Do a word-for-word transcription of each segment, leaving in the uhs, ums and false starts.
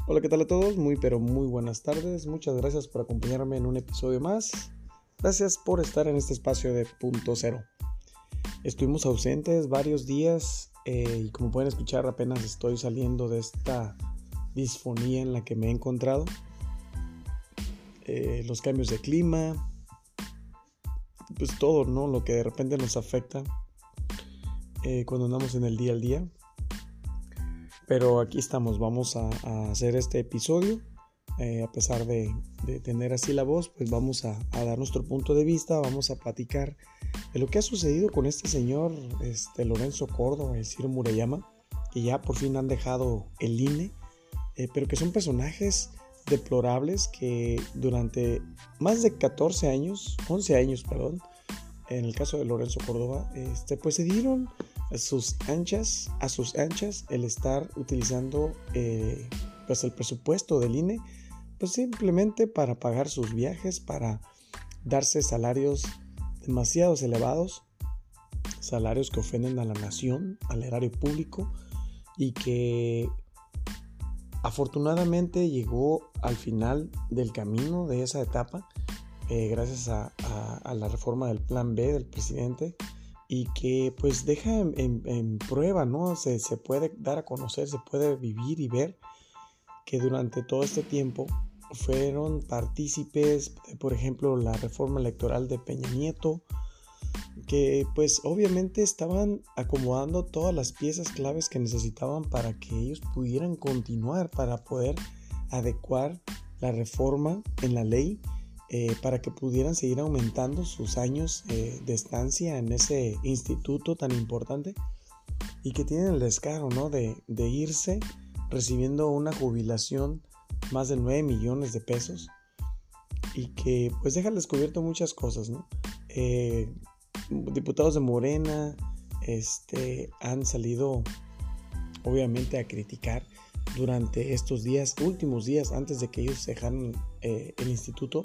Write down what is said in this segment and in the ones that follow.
Hola, ¿qué tal a todos? Muy pero muy buenas tardes. Muchas gracias por acompañarme en un episodio más. Gracias por estar en este espacio de Punto Cero. Estuvimos ausentes varios días eh, y como pueden escuchar apenas estoy saliendo de esta disfonía en la que me he encontrado. Eh, los cambios de clima, pues todo, ¿no? Lo que de repente nos afecta eh, cuando andamos en el día al día. Pero aquí estamos, vamos a, a hacer este episodio. Eh, a pesar de, de tener así la voz, pues vamos a, a dar nuestro punto de vista, vamos a platicar de lo que ha sucedido con este señor este, Lorenzo Córdoba, el Ciro Murayama, que ya por fin han dejado el I N E, eh, pero que son personajes deplorables que durante más de catorce años, once años, perdón, en el caso de Lorenzo Córdoba, este, pues se dieron a sus anchas, a sus anchas el estar utilizando eh, pues el presupuesto del I N E, pues simplemente para pagar sus viajes, para darse salarios demasiado elevados, salarios que ofenden a la nación, al erario público, y que afortunadamente llegó al final del camino de esa etapa, eh, gracias a, a, a la reforma del Plan B del presidente, y que pues deja en, en, en prueba, ¿no? Se, se puede dar a conocer, se puede vivir y ver que durante todo este tiempo fueron partícipes, por ejemplo, la reforma electoral de Peña Nieto, que pues obviamente estaban acomodando todas las piezas claves que necesitaban para que ellos pudieran continuar, para poder adecuar la reforma en la ley, eh, para que pudieran seguir aumentando sus años eh, de estancia en ese instituto tan importante, y que tienen el descaro, ¿no? de, de irse recibiendo una jubilación más de nueve millones de pesos, y que pues deja al descubierto muchas cosas, ¿no? Eh, diputados de Morena este, han salido obviamente a criticar durante estos días, últimos días antes de que ellos dejaran eh, el instituto,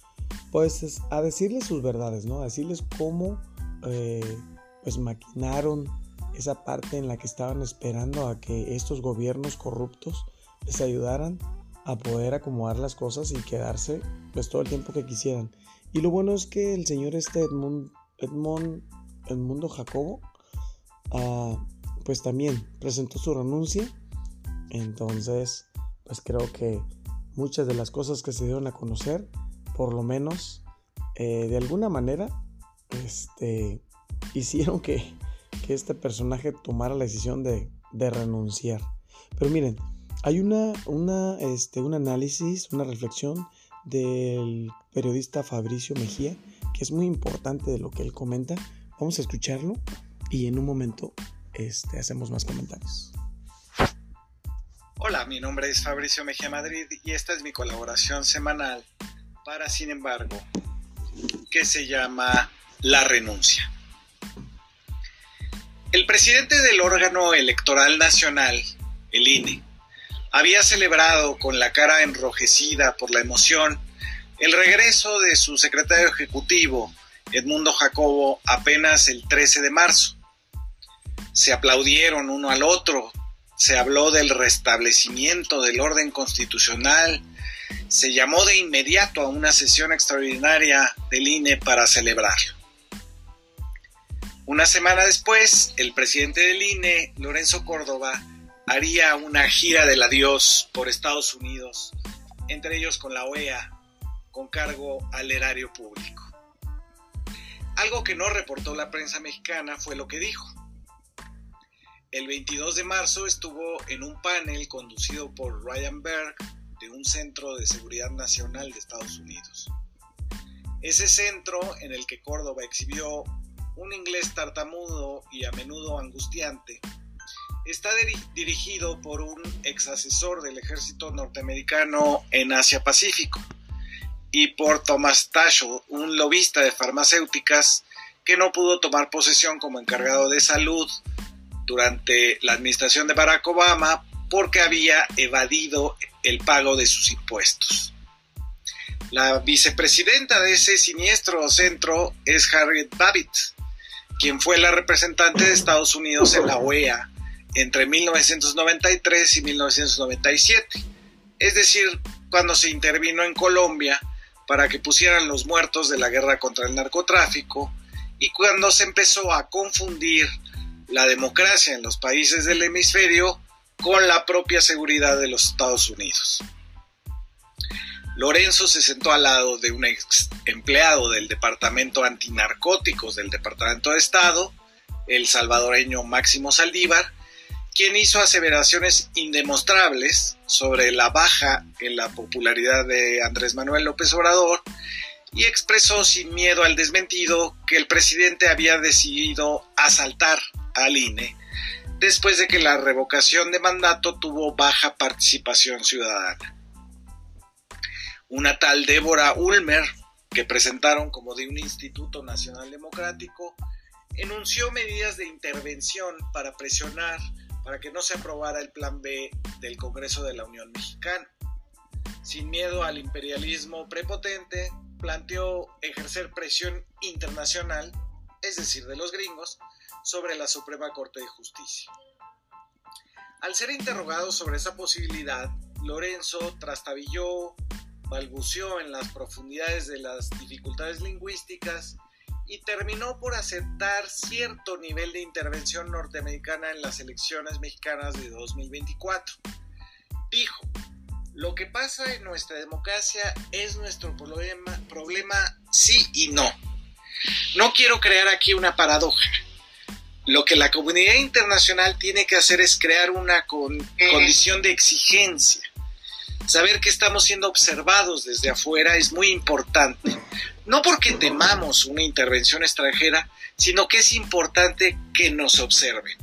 pues a decirles sus verdades, ¿no? A decirles cómo eh, pues maquinaron esa parte en la que estaban esperando a que estos gobiernos corruptos les ayudaran a poder acomodar las cosas y quedarse pues todo el tiempo que quisieran. Y lo bueno es que el señor este Edmund, Edmond, Edmundo Jacobo uh, pues también presentó su renuncia. Entonces pues creo que muchas de las cosas que se dieron a conocer, por lo menos eh, de alguna manera este, hicieron que que este personaje tomara la decisión de, de renunciar. Pero miren, hay una, una, este, un análisis, una reflexión del periodista Fabricio Mejía, que es muy importante de lo que él comenta. Vamos a escucharlo y en un momento este, hacemos más comentarios. Hola, mi nombre es Fabricio Mejía Madrid y esta es mi colaboración semanal para Sin embargo, que se llama La Renuncia. El presidente del órgano electoral nacional, el I N E, había celebrado con la cara enrojecida por la emoción el regreso de su secretario ejecutivo, Edmundo Jacobo, apenas el trece de marzo. Se aplaudieron uno al otro, se habló del restablecimiento del orden constitucional, se llamó de inmediato a una sesión extraordinaria del I N E para celebrarlo. Una semana después, el presidente del I N E, Lorenzo Córdoba, haría una gira del adiós por Estados Unidos, entre ellos con la O E A, con cargo al erario público. Algo que no reportó la prensa mexicana fue lo que dijo. El veintidós de marzo estuvo en un panel conducido por Ryan Berg de un Centro de Seguridad Nacional de Estados Unidos. Ese centro, en el que Córdoba exhibió un inglés tartamudo y a menudo angustiante, está diri- dirigido por un ex asesor del ejército norteamericano en Asia-Pacífico y por Thomas Taschel, un lobista de farmacéuticas que no pudo tomar posesión como encargado de salud durante la administración de Barack Obama porque había evadido el pago de sus impuestos. La vicepresidenta de ese siniestro centro es Harriet Babbitt, quien fue la representante de Estados Unidos en la O E A entre mil novecientos noventa y tres y mil novecientos noventa y siete, es decir, cuando se intervino en Colombia para que pusieran los muertos de la guerra contra el narcotráfico y cuando se empezó a confundir la democracia en los países del hemisferio con la propia seguridad de los Estados Unidos. Lorenzo se sentó al lado de un ex empleado del Departamento Antinarcóticos del Departamento de Estado, el salvadoreño Máximo Saldívar, quien hizo aseveraciones indemostrables sobre la baja en la popularidad de Andrés Manuel López Obrador y expresó sin miedo al desmentido que el presidente había decidido asaltar al I N E después de que la revocación de mandato tuvo baja participación ciudadana. Una tal Débora Ulmer, que presentaron como de un Instituto Nacional Democrático, enunció medidas de intervención para presionar para que no se aprobara el Plan B del Congreso de la Unión Mexicana. Sin miedo al imperialismo prepotente, planteó ejercer presión internacional, es decir, de los gringos, sobre la Suprema Corte de Justicia. Al ser interrogado sobre esa posibilidad, Lorenzo trastabilló, balbuceó en las profundidades de las dificultades lingüísticas y terminó por aceptar cierto nivel de intervención norteamericana en las elecciones mexicanas de dos mil veinticuatro. Dijo: lo que pasa en nuestra democracia es nuestro problema, problema sí y no. No quiero crear aquí una paradoja. Lo que la comunidad internacional tiene que hacer es crear una con, condición de exigencia. Saber que estamos siendo observados desde afuera es muy importante. No porque temamos una intervención extranjera, sino que es importante que nos observen.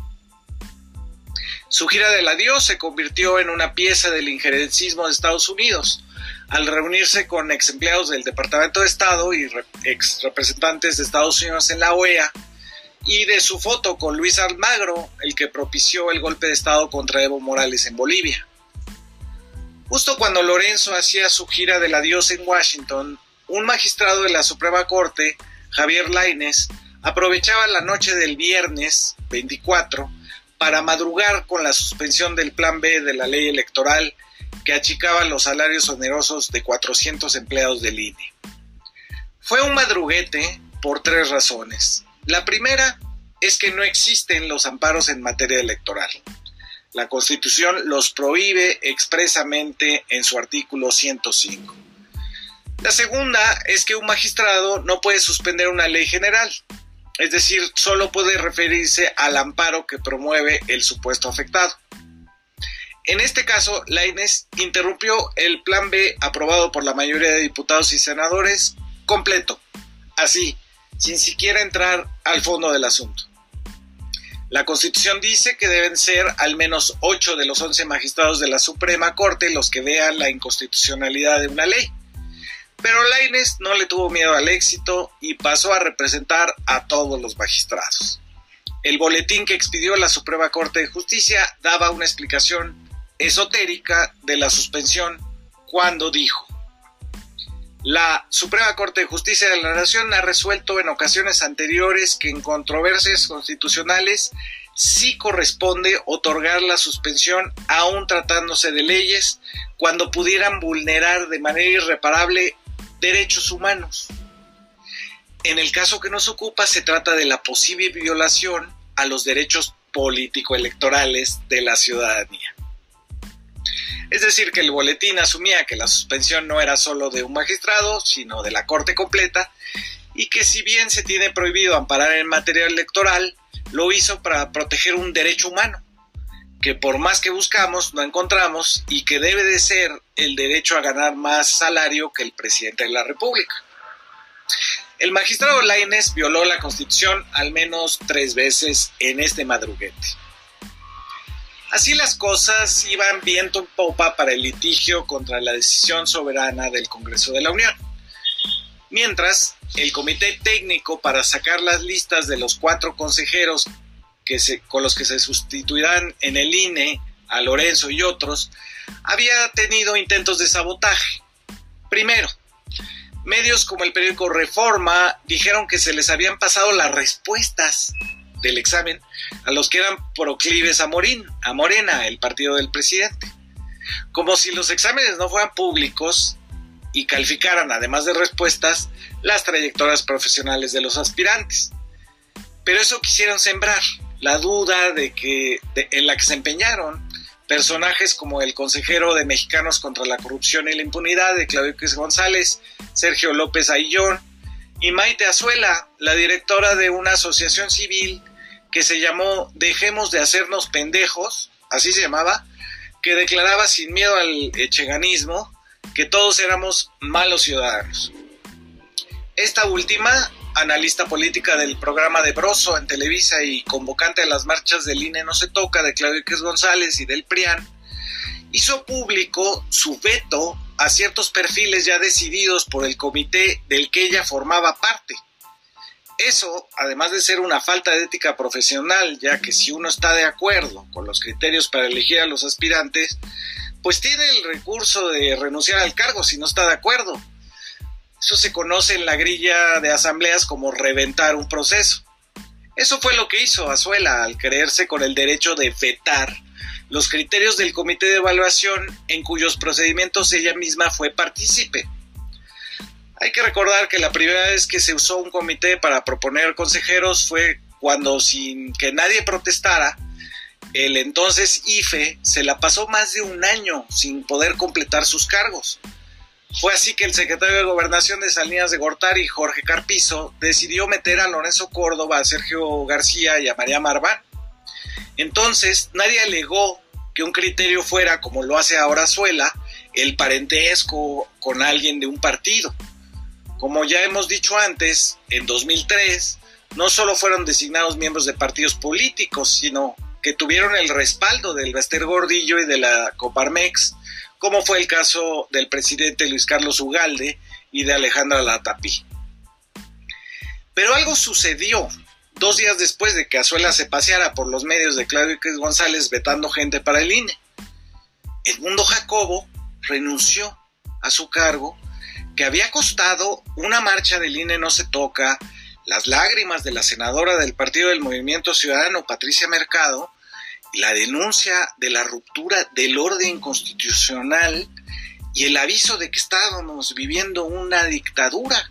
Su gira del adiós se convirtió en una pieza del injerencismo de Estados Unidos, al reunirse con ex empleados del Departamento de Estado y ex representantes de Estados Unidos en la O E A, y de su foto con Luis Almagro, el que propició el golpe de Estado contra Evo Morales en Bolivia. Justo cuando Lorenzo hacía su gira del adiós en Washington, un magistrado de la Suprema Corte, Javier Lainez, aprovechaba la noche del viernes veinticuatro para madrugar con la suspensión del Plan B de la ley electoral que achicaba los salarios onerosos de cuatrocientos empleados del I N E. Fue un madruguete por tres razones. La primera es que no existen los amparos en materia electoral. La Constitución los prohíbe expresamente en su artículo ciento cinco. La segunda es que un magistrado no puede suspender una ley general, es decir, solo puede referirse al amparo que promueve el supuesto afectado. En este caso, Lainez interrumpió el Plan B aprobado por la mayoría de diputados y senadores completo, así, sin siquiera entrar al fondo del asunto. La Constitución dice que deben ser al menos ocho de los once magistrados de la Suprema Corte los que vean la inconstitucionalidad de una ley. Pero Lainez no le tuvo miedo al éxito y pasó a representar a todos los magistrados. El boletín que expidió la Suprema Corte de Justicia daba una explicación esotérica de la suspensión cuando dijo: la Suprema Corte de Justicia de la Nación ha resuelto en ocasiones anteriores que en controversias constitucionales sí corresponde otorgar la suspensión aun tratándose de leyes cuando pudieran vulnerar de manera irreparable derechos humanos. En el caso que nos ocupa se trata de la posible violación a los derechos político-electorales de la ciudadanía. Es decir, que el boletín asumía que la suspensión no era solo de un magistrado, sino de la Corte completa, y que si bien se tiene prohibido amparar en materia electoral, lo hizo para proteger un derecho humano, que por más que buscamos no encontramos y que debe de ser el derecho a ganar más salario que el presidente de la República. El magistrado Lainez violó la Constitución al menos tres veces en este madruguete. Así las cosas iban viento en popa para el litigio contra la decisión soberana del Congreso de la Unión. Mientras, el comité técnico para sacar las listas de los cuatro consejeros que se, con los que se sustituirán en el I N E a Lorenzo y otros, había tenido intentos de sabotaje. Primero, medios como el periódico Reforma dijeron que se les habían pasado las respuestas del examen a los que eran proclives a, Morín, a Morena, el partido del presidente. como si los exámenes no fueran públicos y calificaran, además de respuestas, las trayectorias profesionales de los aspirantes. Pero eso quisieron sembrar, la duda de que, de, en la que se empeñaron personajes como el consejero de Mexicanos contra la Corrupción y la Impunidad de Claudio X González, Sergio López Aillón, y Maite Azuela, la directora de una asociación civil que se llamó Dejemos de Hacernos Pendejos, así se llamaba, que declaraba sin miedo al echeganismo que todos éramos malos ciudadanos. Esta última, analista política del programa de Broso en Televisa y convocante a las marchas del I N E No Se Toca de Claudio X González y del PRIAN, hizo público su veto a ciertos perfiles ya decididos por el comité del que ella formaba parte. Eso, además de ser una falta de ética profesional, ya que si uno está de acuerdo con los criterios para elegir a los aspirantes, pues tiene el recurso de renunciar al cargo si no está de acuerdo. Eso se conoce en la grilla de asambleas como reventar un proceso. Eso fue lo que hizo Azuela al creerse con el derecho de vetar los criterios del comité de evaluación en cuyos procedimientos ella misma fue partícipe. Hay que recordar que la primera vez que se usó un comité para proponer consejeros fue cuando, sin que nadie protestara, el entonces I F E se la pasó más de un año sin poder completar sus cargos. Fue así que el secretario de Gobernación de Salinas de Gortari, Jorge Carpizo, decidió meter a Lorenzo Córdoba, a Sergio García y a María Marván. Entonces, nadie alegó que un criterio fuera, como lo hace ahora Azuela, el parentesco con alguien de un partido. Como ya hemos dicho antes, en dos mil tres no solo fueron designados miembros de partidos políticos, sino que tuvieron el respaldo del Bester Gordillo y de la Coparmex, como fue el caso del presidente Luis Carlos Ugalde y de Alejandra Latapí. Pero algo sucedió dos días después de que Azuela se paseara por los medios de Claudio X González vetando gente para el I N E. Edmundo Jacobo renunció a su cargo, que había costado una marcha del I N E No Se Toca, las lágrimas de la senadora del Partido del Movimiento Ciudadano, Patricia Mercado, y la denuncia de la ruptura del orden constitucional y el aviso de que estábamos viviendo una dictadura.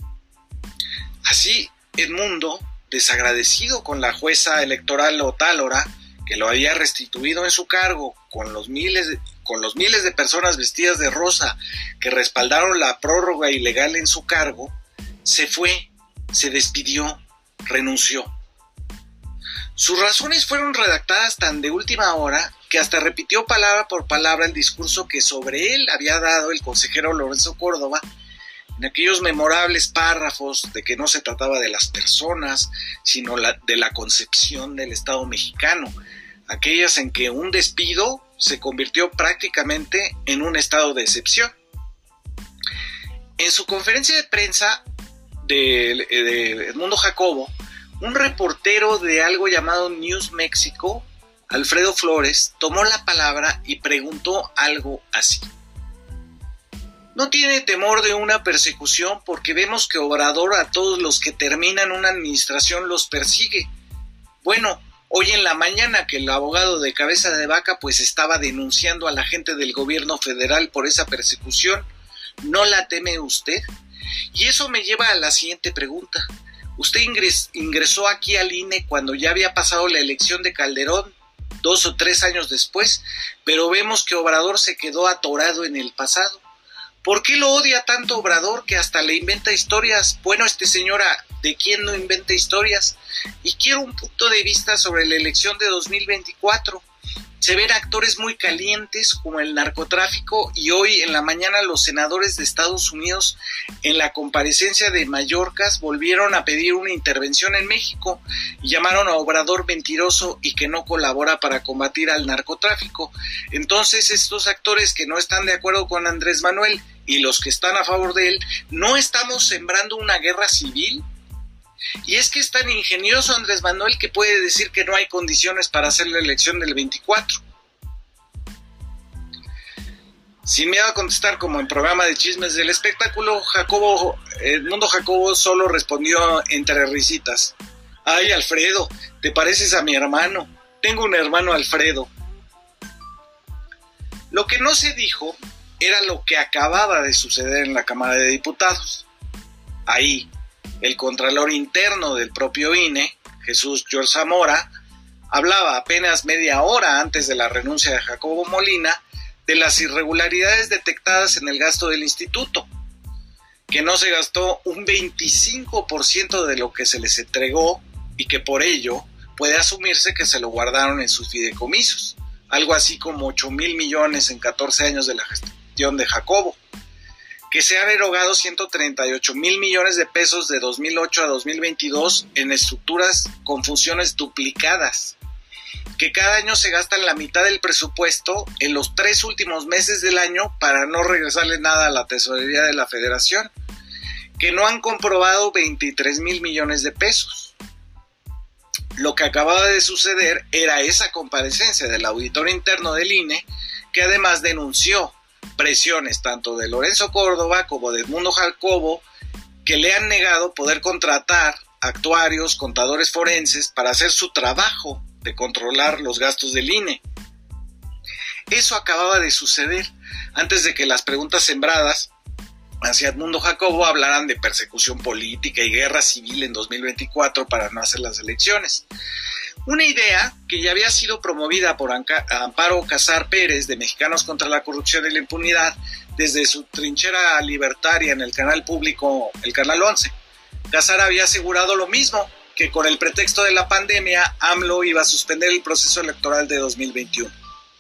Así, Edmundo, desagradecido con la jueza electoral Otálora, que lo había restituido en su cargo, con los miles de, con los miles de personas vestidas de rosa que respaldaron la prórroga ilegal en su cargo, se fue, se despidió, renunció. Sus razones fueron redactadas tan de última hora que hasta repitió palabra por palabra el discurso que sobre él había dado el consejero Lorenzo Córdoba en aquellos memorables párrafos de que no se trataba de las personas, sino la, de la concepción del Estado mexicano, aquellas en que un despido se convirtió prácticamente en un estado de excepción. En su conferencia de prensa de, de Edmundo Jacobo, un reportero de algo llamado News México, Alfredo Flores, tomó la palabra y preguntó algo así: ¿no tiene temor de una persecución porque vemos que Obrador a todos los que terminan una administración los persigue? Bueno, hoy en la mañana que el abogado de Cabeza de Vaca pues estaba denunciando a la gente del gobierno federal por esa persecución, ¿no la teme usted? Y eso me lleva a la siguiente pregunta. Usted ingres, ingresó aquí al I N E cuando ya había pasado la elección de Calderón, dos o tres años después, pero vemos que Obrador se quedó atorado en el pasado. ¿Por qué lo odia tanto Obrador que hasta le inventa historias? Bueno, este señor, ¿de quién no inventa historias? Y quiero un punto de vista sobre la elección de dos mil veinticuatro. Se ven actores muy calientes como el narcotráfico y hoy en la mañana los senadores de Estados Unidos en la comparecencia de Mayorkas volvieron a pedir una intervención en México y llamaron a Obrador mentiroso y que no colabora para combatir al narcotráfico. Entonces estos actores que no están de acuerdo con Andrés Manuel y los que están a favor de él, ¿no estamos sembrando una guerra civil? Y es que es tan ingenioso Andrés Manuel que puede decir que no hay condiciones para hacer la elección del veinticuatro. Sin miedo a contestar como en programa de chismes del espectáculo, Jacobo, Edmundo Jacobo solo respondió entre risitas: ay, Alfredo, te pareces a mi hermano, tengo un hermano Alfredo. Lo que no se dijo era lo que acababa de suceder en la Cámara de Diputados. Ahí, el Contralor Interno del propio I N E, Jesús George Zamora, hablaba apenas media hora antes de la renuncia de Jacobo Molina de las irregularidades detectadas en el gasto del instituto, que no se gastó un veinticinco por ciento de lo que se les entregó y que por ello puede asumirse que se lo guardaron en sus fideicomisos, algo así como ocho mil millones en catorce años de la gestión de Jacobo, que se han erogado ciento treinta y ocho mil millones de pesos de dos mil ocho a dos mil veintidós en estructuras con funciones duplicadas, que cada año se gastan la mitad del presupuesto en los tres últimos meses del año para no regresarle nada a la tesorería de la Federación, que no han comprobado veintitrés mil millones de pesos. Lo que acababa de suceder era esa comparecencia del auditor interno del I N E, que además denunció presiones tanto de Lorenzo Córdoba como de Edmundo Jacobo, que le han negado poder contratar actuarios, contadores forenses para hacer su trabajo de controlar los gastos del I N E. Eso acababa de suceder antes de que las preguntas sembradas hacia Edmundo Jacobo hablaran de persecución política y guerra civil en dos mil veinticuatro para no hacer las elecciones. Una idea que ya había sido promovida por Amparo Casar Pérez de Mexicanos contra la Corrupción y la Impunidad desde su trinchera libertaria en el canal público, el Canal once. Casar había asegurado lo mismo, que con el pretexto de la pandemia, AMLO iba a suspender el proceso electoral de dos mil veintiuno.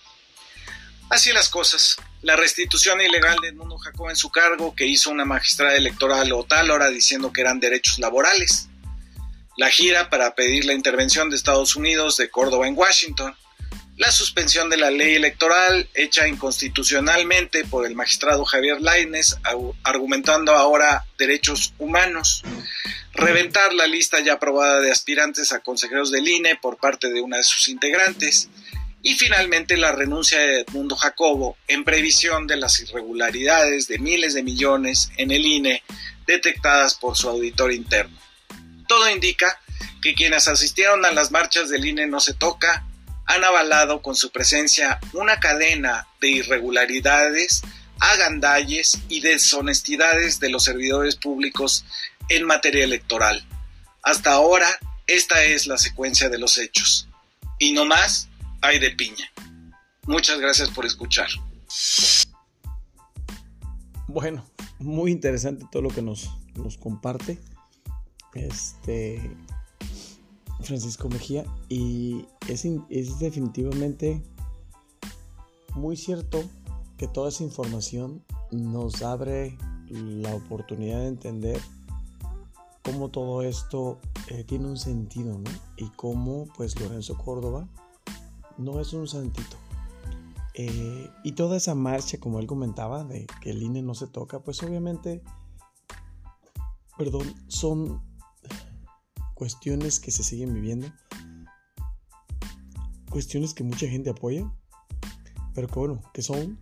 Así las cosas. La restitución ilegal de Edmundo Jacobo en su cargo, que hizo una magistrada electoral Otálora diciendo que eran derechos laborales. La gira para pedir la intervención de Estados Unidos de Córdoba en Washington. La suspensión de la ley electoral hecha inconstitucionalmente por el magistrado Javier Lainez, argumentando ahora derechos humanos. Reventar la lista ya aprobada de aspirantes a consejeros del I N E por parte de una de sus integrantes. Y finalmente la renuncia de Edmundo Jacobo en previsión de las irregularidades de miles de millones en el I N E detectadas por su auditor interno. Todo indica que quienes asistieron a las marchas del I N E No Se Toca han avalado con su presencia una cadena de irregularidades, agandalles y deshonestidades de los servidores públicos en materia electoral. Hasta ahora, esta es la secuencia de los hechos. Y no más hay de piña. Muchas gracias por escuchar. Bueno, muy interesante todo lo que nos, nos comparte este Francisco Mejía, y es, es definitivamente muy cierto que toda esa información nos abre la oportunidad de entender cómo todo esto eh, tiene un sentido, ¿no? Y cómo pues Lorenzo Córdoba no es un santito. Eh, y toda esa marcha, como él comentaba, de que el I N E no se toca, pues obviamente, perdón, son cuestiones que se siguen viviendo, cuestiones que mucha gente apoya, pero que bueno, que son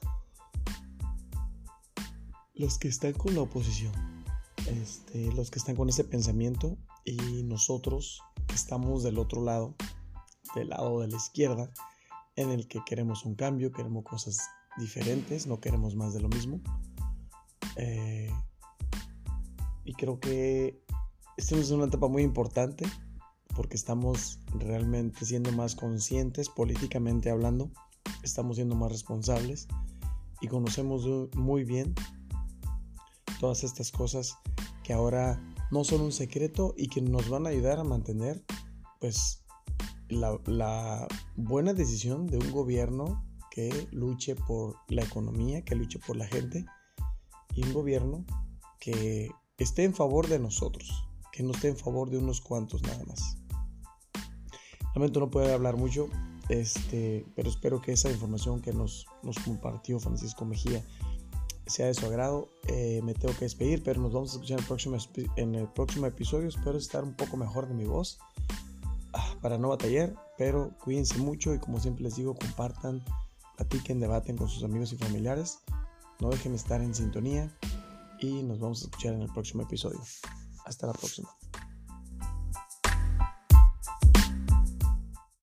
los que están con la oposición, este, los que están con ese pensamiento, y nosotros que estamos del otro lado, del lado de la izquierda, en el que queremos un cambio, queremos cosas diferentes, no queremos más de lo mismo. Eh, y creo que esta es una etapa muy importante porque estamos realmente siendo más conscientes políticamente hablando, estamos siendo más responsables y conocemos muy bien todas estas cosas que ahora no son un secreto y que nos van a ayudar a mantener pues la, la buena decisión de un gobierno que luche por la economía, que luche por la gente, y un gobierno que esté en favor de nosotros, que no esté en favor de unos cuantos nada más. Lamento no poder hablar mucho, este, pero espero que esa información que nos, nos compartió Francisco Mejía sea de su agrado. Eh, me tengo que despedir, pero nos vamos a escuchar en el próximo, en el próximo episodio. Espero estar un poco mejor de mi voz ah, para no batallar, pero cuídense mucho y como siempre les digo, compartan, platiquen, debaten con sus amigos y familiares. No dejen de estar en sintonía y nos vamos a escuchar en el próximo episodio. Hasta la próxima.